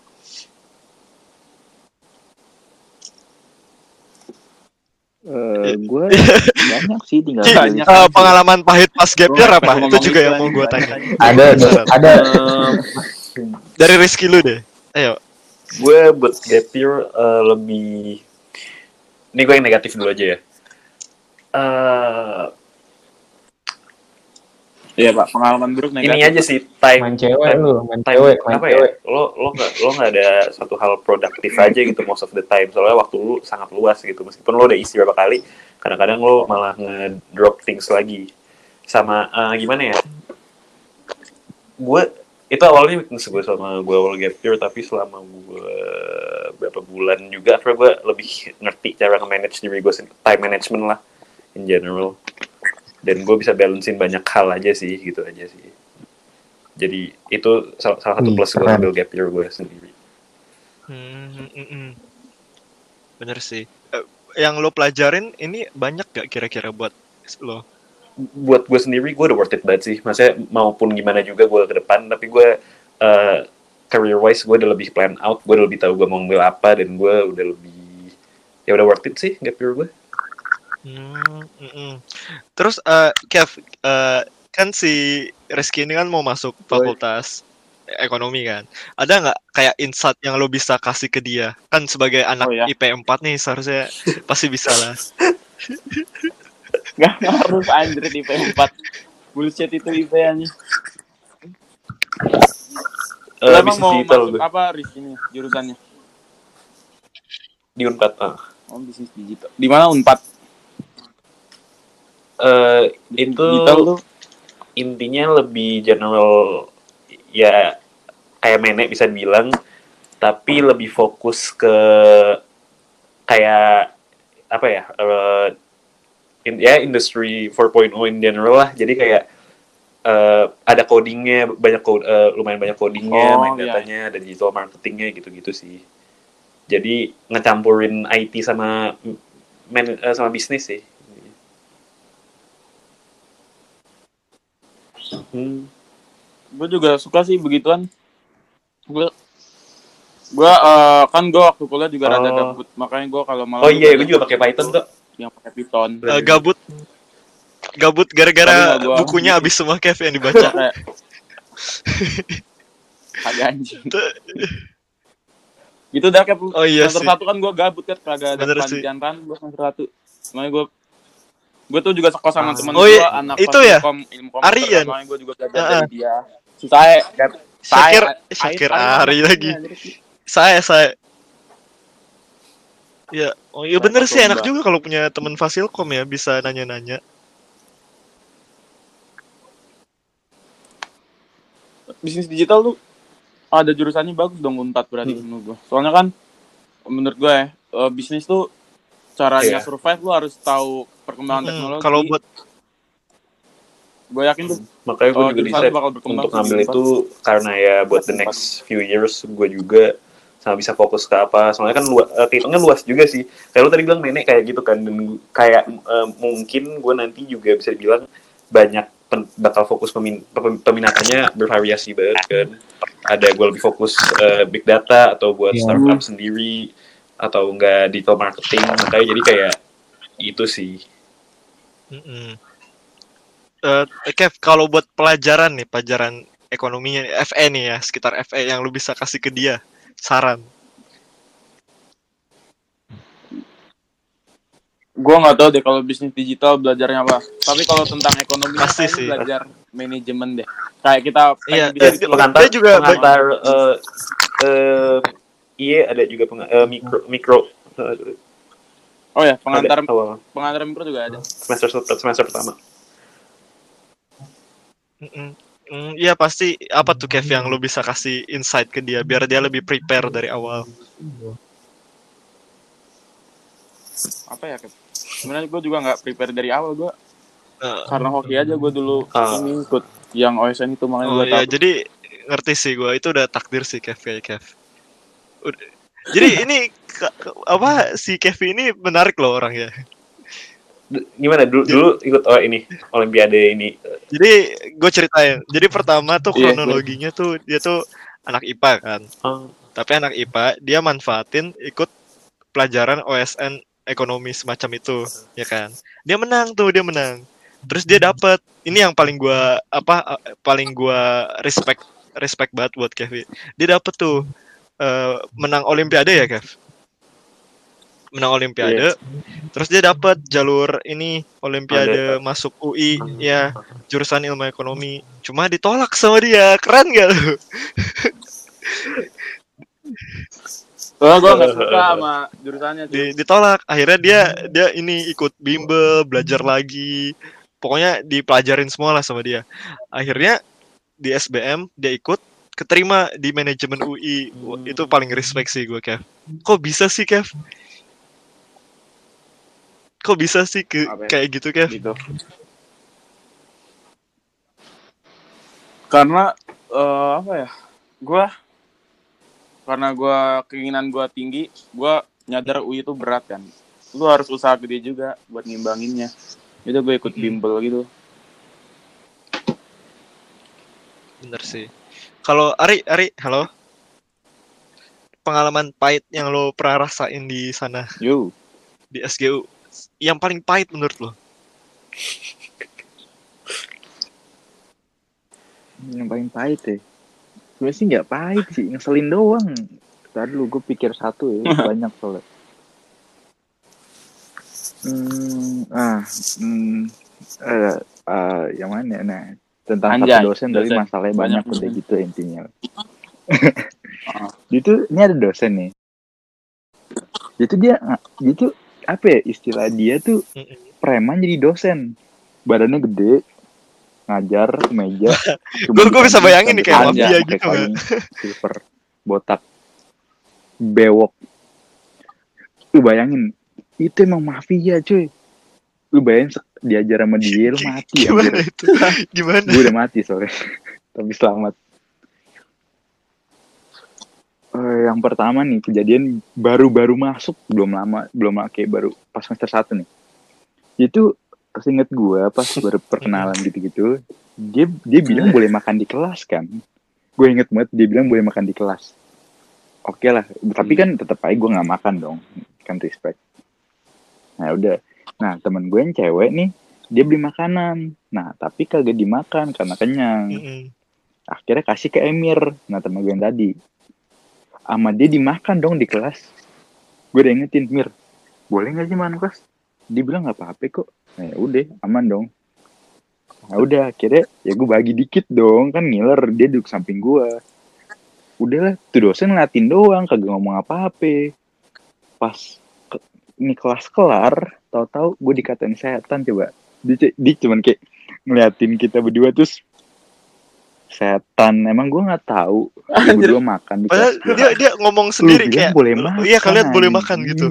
Gue banyak sih, tinggal Ki, pilih. pengalaman pahit pas gap year Gua apa? ngomong Itu juga itu yang mau lagi, gue banyak tanya. Ada Dari Rizky lu deh. Ayo. Gue buat gap year lebih, ini gue yang negatif dulu aja ya. Iya Pak, pengalaman buruk negatif. Ini aja sih time main cewek lu, main time cewek, main apa cewek. ya? Lo nggak ada satu hal produktif aja gitu most of the time. Soalnya waktu lu sangat luas gitu. Meskipun lo udah isi berapa kali, kadang-kadang lo malah nge-drop things lagi. Sama gimana ya? Gue itu awalnya weakness gue sama gue awal gap year, tapi selama gue berapa bulan juga akhirnya gue lebih ngerti cara nge-manage diri gue, time management lah in general, dan gue bisa balancein banyak hal aja sih, gitu aja sih. Jadi itu salah satu plus gue ambil gap year gue sendiri. Bener sih. Yang lo pelajarin ini banyak gak kira-kira buat lo? Buat gue sendiri gue udah worth it banget sih. Maksudnya maupun gimana juga gue ke depan, tapi gue career wise gue udah lebih plan out, gue udah lebih tahu gue mau ngambil apa, dan gue udah lebih, ya udah worth it sih gap year gue. Terus Kev, kan si Rizky ini kan mau masuk fakultas ekonomi kan. Ada nggak kayak insight yang lo bisa kasih ke dia? Kan sebagai anak IP 4 nih seharusnya pasti bisa lah. Gak harus Android IP 4. Bullshit itu IP-nya. Emang mau masuk apa Rizky ini jurusannya? Di Unpad. Oh, bisnis digital. Di mana Unpad? Itu digital, intinya lebih general ya, kayak menek bisa dibilang, tapi lebih fokus ke kayak apa ya, industry 4.0 in general lah. Jadi kayak ada codingnya, lumayan banyak codingnya, main datanya, ada digital marketingnya, gitu-gitu sih. Jadi ngecampurin IT sama sama bisnis sih. Gue juga suka sih begituan. Gue kan gue waktu kuliah juga rada gabut, makanya gue kalau malam. Oh iya, gue juga pakai Python tuh. Yang pakai Python. Gabut gara-gara bukunya habis semua, Kev, yang dibaca. Kagak anjing. Gitu dah, Kev. Oh iya semester 1 kan gue gabut kan, kagak ada panitian kan. Gue semester 1. Makanya gue tuh juga sekos sama temen gue, anak itu ya? ilmu komputer. Arian. Makanya gue juga belajar dari dia. Saya Syakir Ari lagi. Saya. Ya, oh iya bener sih, enak juga kalau punya teman Fasilkom ya, bisa nanya-nanya. Bisnis digital tuh ada jurusannya bagus dong Unpad berarti menurut gue. Soalnya kan menurut gue bisnis tuh caranya survive lu harus tahu perkembangan teknologi. Kalau buat gue yakin tuh. Makanya gue juga decide untuk ngambil itu karena ya buat the next few years gue juga sama bisa fokus ke apa. Soalnya kan hitungnya luas juga sih. Kayak lu tadi bilang nenek kayak gitu kan, dan kayak mungkin gue nanti juga bisa dibilang banyak bakal fokus peminatannya bervariasi banget kan. Ada gue lebih fokus big data atau buat startup sendiri atau enggak digital marketing. Makanya jadi kayak itu sih. Kev, kalau buat pelajaran ekonominya FE nih ya, sekitar FE yang lu bisa kasih ke dia saran. Gue nggak tahu deh kalau bisnis digital belajarnya apa. Tapi kalau tentang ekonomi pasti sih belajar manajemen deh. Kayak kita pengantar juga pengantar iya ada juga mikro. Oh ya, pengantar mikro juga ada. Semester pertama. Iya pasti. Apa tuh Kev yang lu bisa kasih insight ke dia biar dia lebih prepare dari awal? Apa ya, Kev? Sebenarnya gue juga nggak prepare dari awal. Gue Eh, karena hoki aja gue dulu ini ikut yang OSN itu, makanya oh gue iya, tahu. jadi ngerti sih gue, itu udah takdir sih Kev kayak Kev. Jadi ini apa si Kev ini menarik loh orangnya. Gimana dulu ikut ini Olimpiade ini? Jadi gue ceritain. Jadi pertama tuh Iya, kronologinya tuh dia tuh anak IPA kan. Oh, Tapi anak IPA dia manfaatin ikut pelajaran OSN ekonomi semacam itu, ya kan. Dia menang. Terus dia dapet ini yang paling gua respect banget buat Kev. Dia dapet tuh menang Olimpiade ya Kev. Menang Olimpiade. Terus dia dapat jalur ini Olimpiade masuk UI ya, jurusan ilmu ekonomi. Cuma ditolak sama dia. Keren gak lu? Oh, gue nggak suka sama jurusannya. Ditolak. Akhirnya dia ini ikut bimbel, belajar lagi. Pokoknya dipelajarin semua lah sama dia. Akhirnya di SBM dia ikut, keterima di manajemen UI. Itu paling respect sih gue, Kev. Kok bisa sih, Kev? Kok bisa sih kayak gitu, Kev? Gitu. Karena apa ya? Karena keinginan gue tinggi, gue nyadar UI itu berat kan. Lu harus usaha gede juga buat ngimbanginnya. Itu gue ikut bimbel gitu. Bener sih. Kalau Ari, halo. Pengalaman pahit yang lo pernah rasain di sana? Yo. Di SGU. Yang paling pahit menurut lo? Yang paling pahit ya? Sebenarnya sih nggak pahit sih, ngeselin doang. Tadi dulu gue pikir satu ya, banyak soalnya. Yang mana? Nah, tentang satu dosen tapi masalahnya banyak udah gitu intinya. Ini ada dosen nih. Itu apa ya istilah dia tuh preman jadi dosen. Badannya gede, ngajar ke meja. Gue bisa bayangin nih kayak mafia gitu kan. Silver, botak, bewok. Lu bayangin, itu emang mafia cuy. Lu bayangin diajar sama dia, lu mati. Gimana itu? Gimana? Gue udah mati soalnya, tapi selamat. Yang pertama nih, kejadian baru masuk, belum kayak baru pas semester 1 nih. Itu seinget gue pas baru perkenalan gitu-gitu, dia bilang boleh makan di kelas kan. Gue inget banget dia bilang boleh makan di kelas. Oke lah, tapi kan tetap aja gue nggak makan dong, kan respect. Nah udah, nah temen gue yang cewek nih, dia beli makanan. Nah tapi kagak dimakan karena kenyang. Akhirnya kasih ke Emir, nah temen gue yang tadi. Sama dia dimakan dong di kelas. Gue udah ingetin, Mir, boleh nggak sih makan kelas? Dia bilang nggak apa-apa kok. Nah udah, aman dong. Nah udah, akhirnya ya gue bagi dikit dong, kan ngiler, dia duduk samping gue. Udahlah, tuh dosen ngeliatin doang, kagak ngomong apa-apa. Pas ini kelas kelar, tahu-tahu gue dikatain setan coba. Dia cuman kayak ngeliatin kita berdua terus setan. Emang gue nggak tahu. Berdua makan di kelas. Dia ngomong sendiri kayak boleh makan. Iya kalian boleh makan gitu.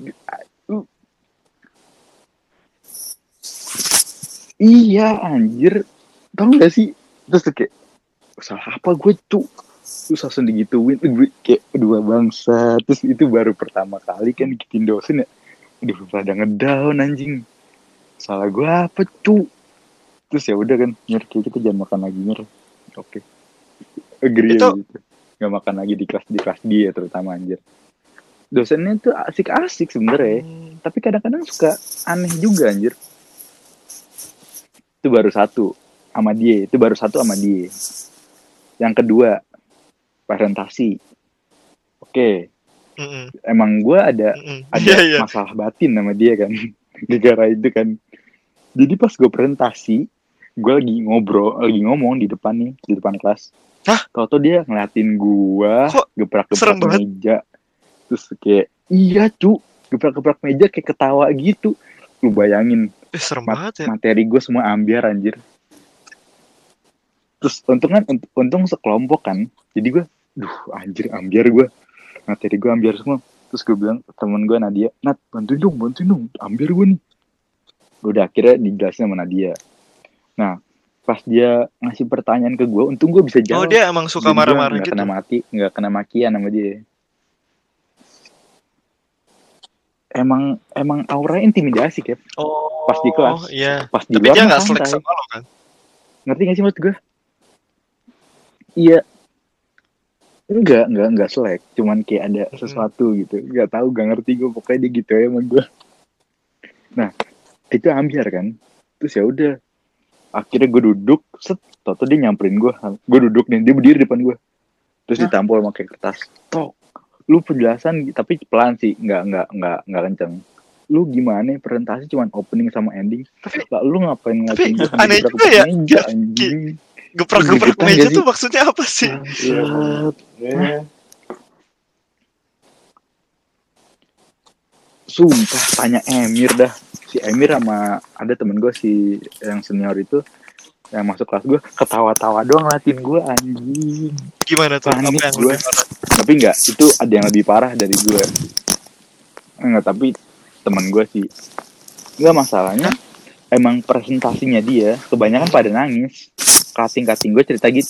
Iya anjir. Tahu gak sih? Terus kayak salah apa gue tuh? Terus langsung digituin. Gue kayak dua bangsa. Terus itu baru pertama kali kan gituin dosen ya. Aduh pada ngedown anjing. Salah gue apa cu? Terus ya udah kan, Mir, kita jangan makan lagi, Mir. Oke. Agree gitu. Gak makan lagi di kelas dia terutama anjir. Dosennya tuh asik-asik sebenarnya. Tapi kadang-kadang suka aneh juga anjir. Itu baru satu sama dia. Yang kedua, presentasi. Oke. Emang gue ada masalah batin sama dia kan. Gara-gara itu kan. Jadi pas gue presentasi, gue lagi ngomong di depan kelas. Hah? Tau-tau dia ngeliatin gue gebrak-gebrak meja. Terus kayak, iya cu, gebrak-gebrak meja kayak ketawa gitu. Lu bayangin, serem banget ya. Materi gue semua ambiar anjir. Terus untung sekelompok kan. Jadi gue, anjir ambiar gue. Materi gue ambiar semua. Terus gue bilang temen gue Nadia, Nat bantuin dong, ambiar gue nih. Udah akhirnya dijelasin sama Nadia. Nah, pas dia ngasih pertanyaan ke gue, untung gue bisa jawab. Oh, dia emang suka marah-marah gitu. Nggak kena makian sama dia. Emang auranya intimidasi, Kep. Oh, pas di kelas. Iya. Pas di Tapi luar dia mah nggak selek santai. sama lo kan? Ngerti gak sih maksud gue? Iya. Enggak selek. Cuman kayak ada sesuatu gitu. Gak tahu, gak ngerti gue. Pokoknya dia gitu ya sama gue. Nah, itu ambiar kan. Terus ya udah. Akhirnya gue duduk. Toto dia nyamperin gue. Gue duduk nih. Dia berdiri depan gue. Terus ditampol pakai kertas. Tok. Lu penjelasan tapi pelan sih. Enggak kenceng. Lu gimana presentasi cuman opening sama ending. Tapi lu ngapain ngeliatin gue aneh juga ya. meja, anjing. Geprak-geprak meja tuh maksudnya apa sih? Sumpah, tanya Emir dah. Si Emir sama ada temen gue si yang senior itu yang masuk kelas gue ketawa-tawa doang ngeliatin gue, anjing. Gimana tuh? Panik apa yang gue. lebih parah? Tapi enggak, itu ada yang lebih parah dari gue. Enggak, tapi temen gue sih. Enggak, masalahnya emang presentasinya dia kebanyakan pada nangis. Kating gue cerita gitu.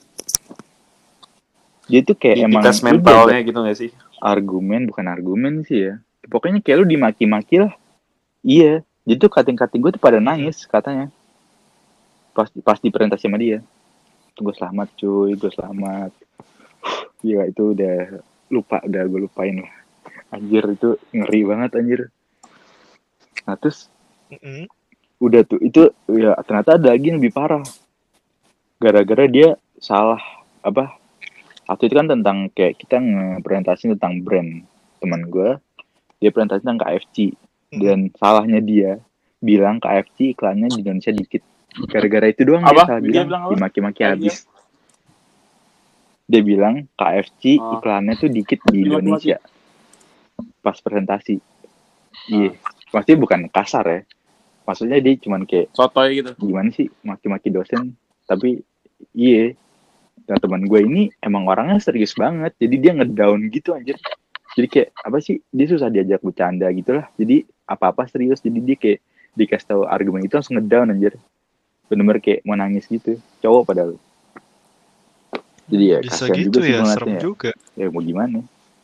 Dia tuh kayak emang tes mentalnya gitu gak sih? Bukan argumen sih ya. Pokoknya kayak lu dimaki-maki lah. Iya, jadi tuh kating gue tuh pada nangis katanya. Pas di presentasi sama dia. Gue selamat cuy, gue selamat. Iya, itu udah gue lupain lah. Anjir, itu ngeri banget anjir. Nah terus udah tuh, itu ya ternyata ada lagi yang lebih parah. Gara-gara dia salah waktu itu kan tentang kayak kita ngepresentasi tentang brand. Teman gue dia presentasi tentang KFC dan salahnya dia bilang KFC iklannya di Indonesia dikit. Gara-gara itu doang dia salah bilang dimaki-maki habis. Dia bilang KFC iklannya tuh dikit di Indonesia pas presentasi. Iya, maksudnya bukan kasar ya. Maksudnya dia cuman kayak sotoy gitu. Gimana sih maki-maki dosen, tapi iya. Dan teman gue ini emang orangnya serius banget, jadi dia ngedown gitu anjir. Jadi kayak apa sih, dia susah diajak bercanda gitu lah. Jadi apa-apa serius, jadi dia kayak dikasih tahu argumen itu langsung ngedown anjir. Bener-bener kayak mau nangis gitu, cowok padahal. Jadi ya bisa kasihan gitu juga sih ya, serem ya. juga. Ya mau gimana?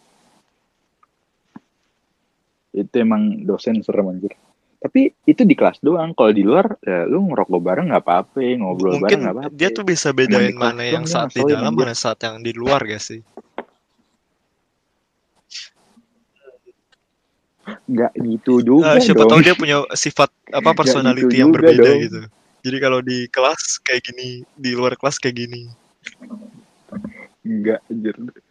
Itu emang dosen serem anjir. Tapi itu di kelas doang. Kalau di luar, ya lu ngerokok bareng nggak apa-apa, ngobrol bareng nggak apa-apa. Mungkin dia tuh bisa bedain mana yang saat di dalam, mana saat yang di luar gak sih? Nggak gitu juga siapa dong. tahu dia punya sifat personality gitu yang berbeda dong. gitu. Jadi kalau di kelas kayak gini, di luar kelas kayak gini. Enggak anjir.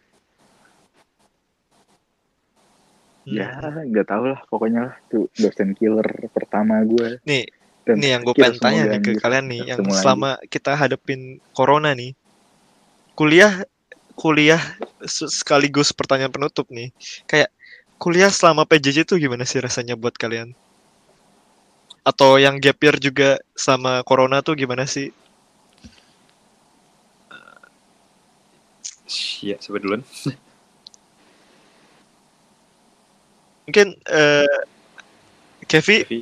Ya nggak tahu lah, pokoknya lah tuh dosen killer pertama gue. Nih yang gue pengen tanya nih ke kalian nih, yang selama kita hadepin corona nih, kuliah sekaligus pertanyaan penutup nih, kayak kuliah selama PJJ tuh gimana sih rasanya buat kalian? Atau yang gap year juga sama corona tuh gimana sih? Ya, coba duluan. Mungkin Kevi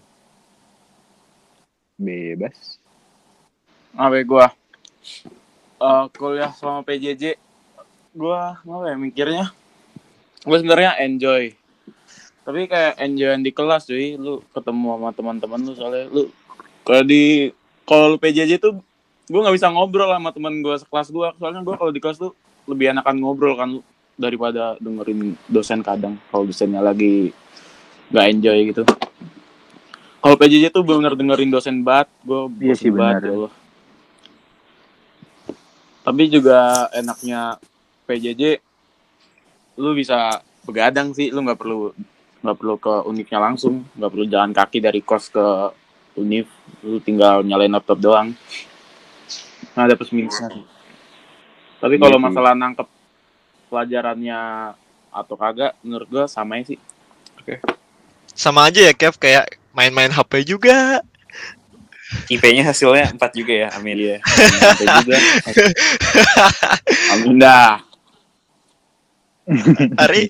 bebas. Gue kuliah selama PJJ, gue mikirnya gue sebenarnya enjoy, tapi kayak enjoy di kelas cuy. Lu ketemu sama teman-teman lu, soalnya lu kalau PJJ tuh gue nggak bisa ngobrol sama teman gue sekelas gue. Soalnya gue kalau di kelas tuh lebih enakan ngobrol kan daripada dengerin dosen kadang kalau dosennya lagi nggak enjoy gitu. Kalau PJJ tuh benar dengerin dosen banget, gue bosen banget ya Allah. Tapi juga enaknya PJJ, lu bisa begadang sih, lu nggak perlu ke univnya langsung, nggak perlu jalan kaki dari kos ke univ, lu tinggal nyalain laptop doang. Nah, ada plus minusnya. Tapi kalau masalah nangkep pelajarannya atau kagak, menurut gue sama sih. Oke. Sama aja ya Kev, kayak main-main HP juga. IP-nya hasilnya 4 juga ya, amin. Iya. Sampai juga. Amin dah. Ari,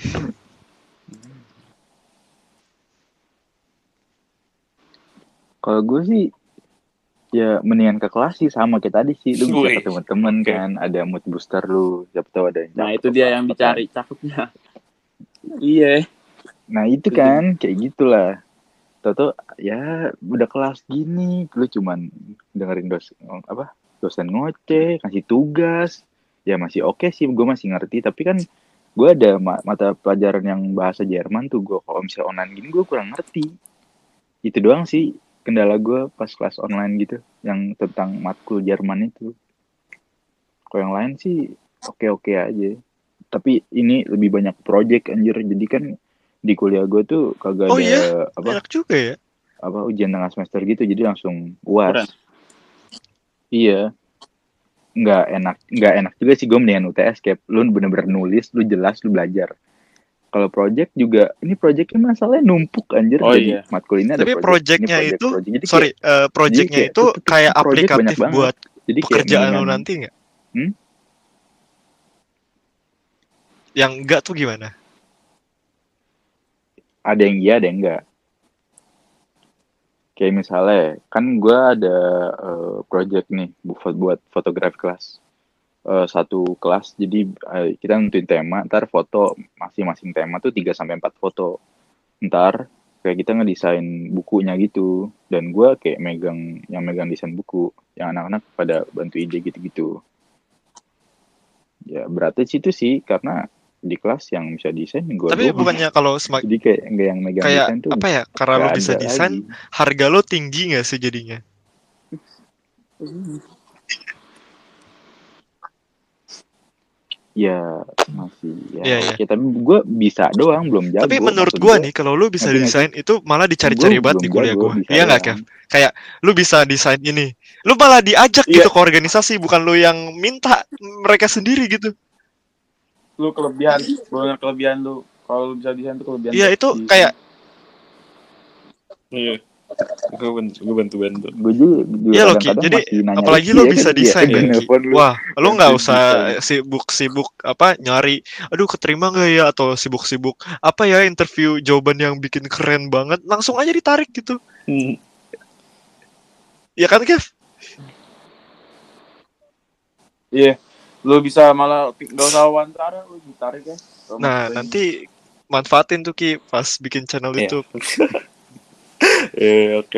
Kalau gue sih ya mendingan ke kelas sih, sama kayak tadi sih, lu bisa Wih, ketemu temen oke. kan, ada mood booster lu, siapa tahu ada yang Nah, cakep itu dia apa yang apa dicari, kan. cakepnya. Iya. Nah itu kan kayak gitulah. Tahu ya udah kelas gini, lu cuman dengerin dosen ngoceh, kasih tugas, ya masih oke sih, gue masih ngerti. Tapi kan gue ada mata pelajaran yang bahasa Jerman tuh, gue kalau misalnya online gini gue kurang ngerti. Itu doang sih kendala gue pas kelas online gitu, yang tentang matkul Jerman itu. Kalau yang lain sih oke-oke aja. Tapi ini lebih banyak project anjir, jadi kan di kuliah gue tuh kagak oh ada iya, enak juga ya. ujian tengah semester gitu, jadi langsung Keren. UAS. Iya, nggak enak juga sih, gue mendingan UTS, kayak lu bener-bener nulis, lu jelas, lu belajar. Kalau project juga, ini projectnya masalahnya numpuk anjir, Oh jadi iya. matkul ini ada Tapi project, ini projectnya itu, project. sorry, projectnya itu kayak project banyak aplikatif banget. buat Jadi kayak pekerjaan mendingan, lu nanti nggak? Yang enggak tuh gimana? ada yang iya, ada yang enggak. Kayak misalnya, kan gue ada project nih buat fotografi kelas. Satu kelas, jadi kita nentuin tema, ntar foto masing-masing tema tuh 3-4 foto. Ntar kayak kita ngedesain bukunya gitu, dan gue kayak megang desain buku, yang anak-anak pada bantu ide gitu-gitu. Ya berarti situ sih, karena di kelas yang bisa desain gue Tapi doang. bukannya kalau semakin Jadi kayak nggak yang megang kayak desain tuh apa ya? Karena nggak lo bisa ada desain, lagi. harga lo tinggi nggak sih jadinya? Ya masih ya Iya, iya. oke, tapi gue bisa doang, belum jago. Tapi menurut Maksud gua nih, kalau lu bisa ngerti nggak sih? desain itu malah Gue dicari-cari banget belum di kuliah jago, gua. bisa Iya nggak, Kev? doang. Kayak lu bisa desain ini, lu malah diajak Iya. gitu ke organisasi, bukan lu yang minta, mereka sendiri gitu. Lu kelebihan, bener kelebihan lu. Kalau lu bisa desain tuh kelebihan. Iya, itu di- kayak Iya. Gue bantu. Gue juga iya loh, Ki. kadang-kadang Jadi masih nanya apalagi Rizky lo ya bisa kan, desain gue ya, Ki. nelfon lu, Wah, lo nggak bantuin usah desain. sibuk-sibuk apa nyari, aduh keterima nggak ya, atau sibuk-sibuk apa ya interview jawaban yang bikin keren banget, langsung aja ditarik gitu. Ya kan, Kev? Iya. Lu bisa malah nggak usah wawancara, lu ditarik ya. Nah, nanti manfaatin tuh, Ki, pas bikin channel Iya. YouTube. Oke.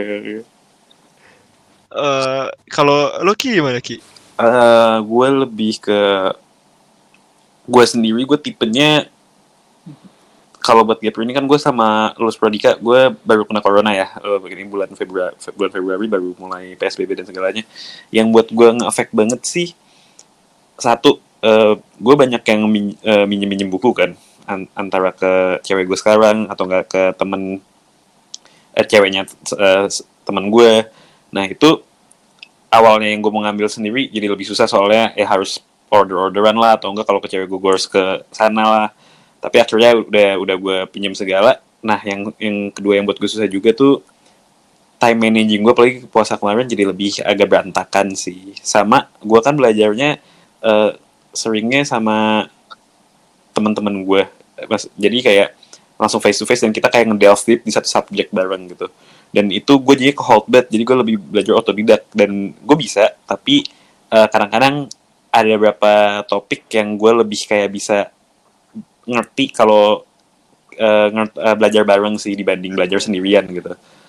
Kalau lo, Ki, gimana, Ki? Gue lebih ke gue sendiri, gue tipenya kalau buat gap year ini kan gue sama lulus Prodika, gue baru kena corona ya, begini bulan Februari baru mulai PSBB dan segalanya. Yang buat gue nge-affect banget sih, satu, gue banyak yang minjem buku kan, antara ke cewek gue sekarang atau enggak ke temen ceweknya teman gue. Nah itu awalnya yang gue mau ngambil sendiri jadi lebih susah, soalnya harus orderan lah, atau enggak kalau ke cewek gue harus ke sana lah. Tapi akhirnya udah gue pinjam segala. Nah yang kedua yang buat gue susah juga tuh time managing gue, apalagi puasa kemarin jadi lebih agak berantakan sih. Sama gue kan belajarnya seringnya sama teman-teman gue, jadi kayak langsung face to face, dan kita kayak nge-delve deep di satu subjek bareng gitu. Dan itu gue jadi ke hold back, jadi gue lebih belajar otodidak, dan gue bisa, tapi kadang-kadang ada beberapa topik yang gue lebih kayak bisa ngerti kalau belajar bareng sih dibanding belajar sendirian gitu.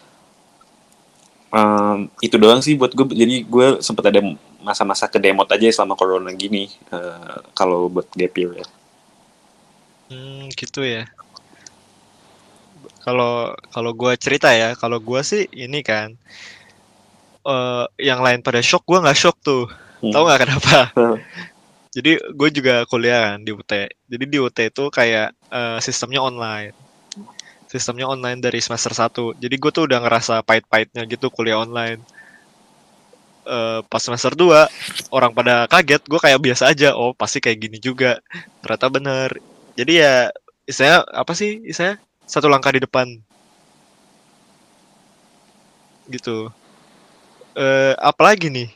Itu doang sih buat gue. Jadi gue sempet ada masa-masa kedemot aja selama corona gini, kalau buat gap year ya. Gitu ya. Kalau gue cerita ya, kalau gue sih ini kan, yang lain pada shock, gue nggak shock tuh. Tahu nggak kenapa? Jadi gue juga kuliah kan di UT. Jadi di UT itu kayak sistemnya online. Sistemnya online dari semester 1. Jadi gue tuh udah ngerasa pahit-pahitnya gitu kuliah online. Pas semester 2, orang pada kaget, gue kayak biasa aja. Oh pasti kayak gini juga. Ternyata bener. Jadi ya istilahnya apa sih? Istilahnya satu langkah di depan. Gitu. Apalagi nih?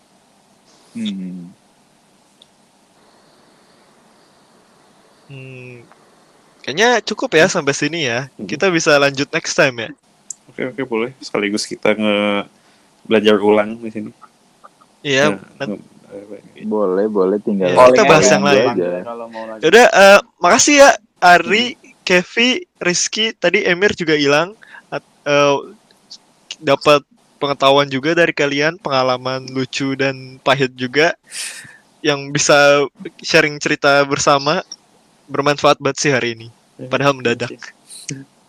Kayaknya cukup ya sampai sini ya. Kita bisa lanjut next time ya. Oke, boleh. Sekaligus kita belajar ulang di sini. Iya. Boleh tinggal. Kita bahas yang lain aja. Yaudah, makasih ya Ari, Kevi, Rizky. Tadi Emir juga hilang. Dapat pengetahuan juga dari kalian, pengalaman lucu dan pahit juga yang bisa sharing cerita bersama. Bermanfaat banget sih hari ini. Padahal mendadak.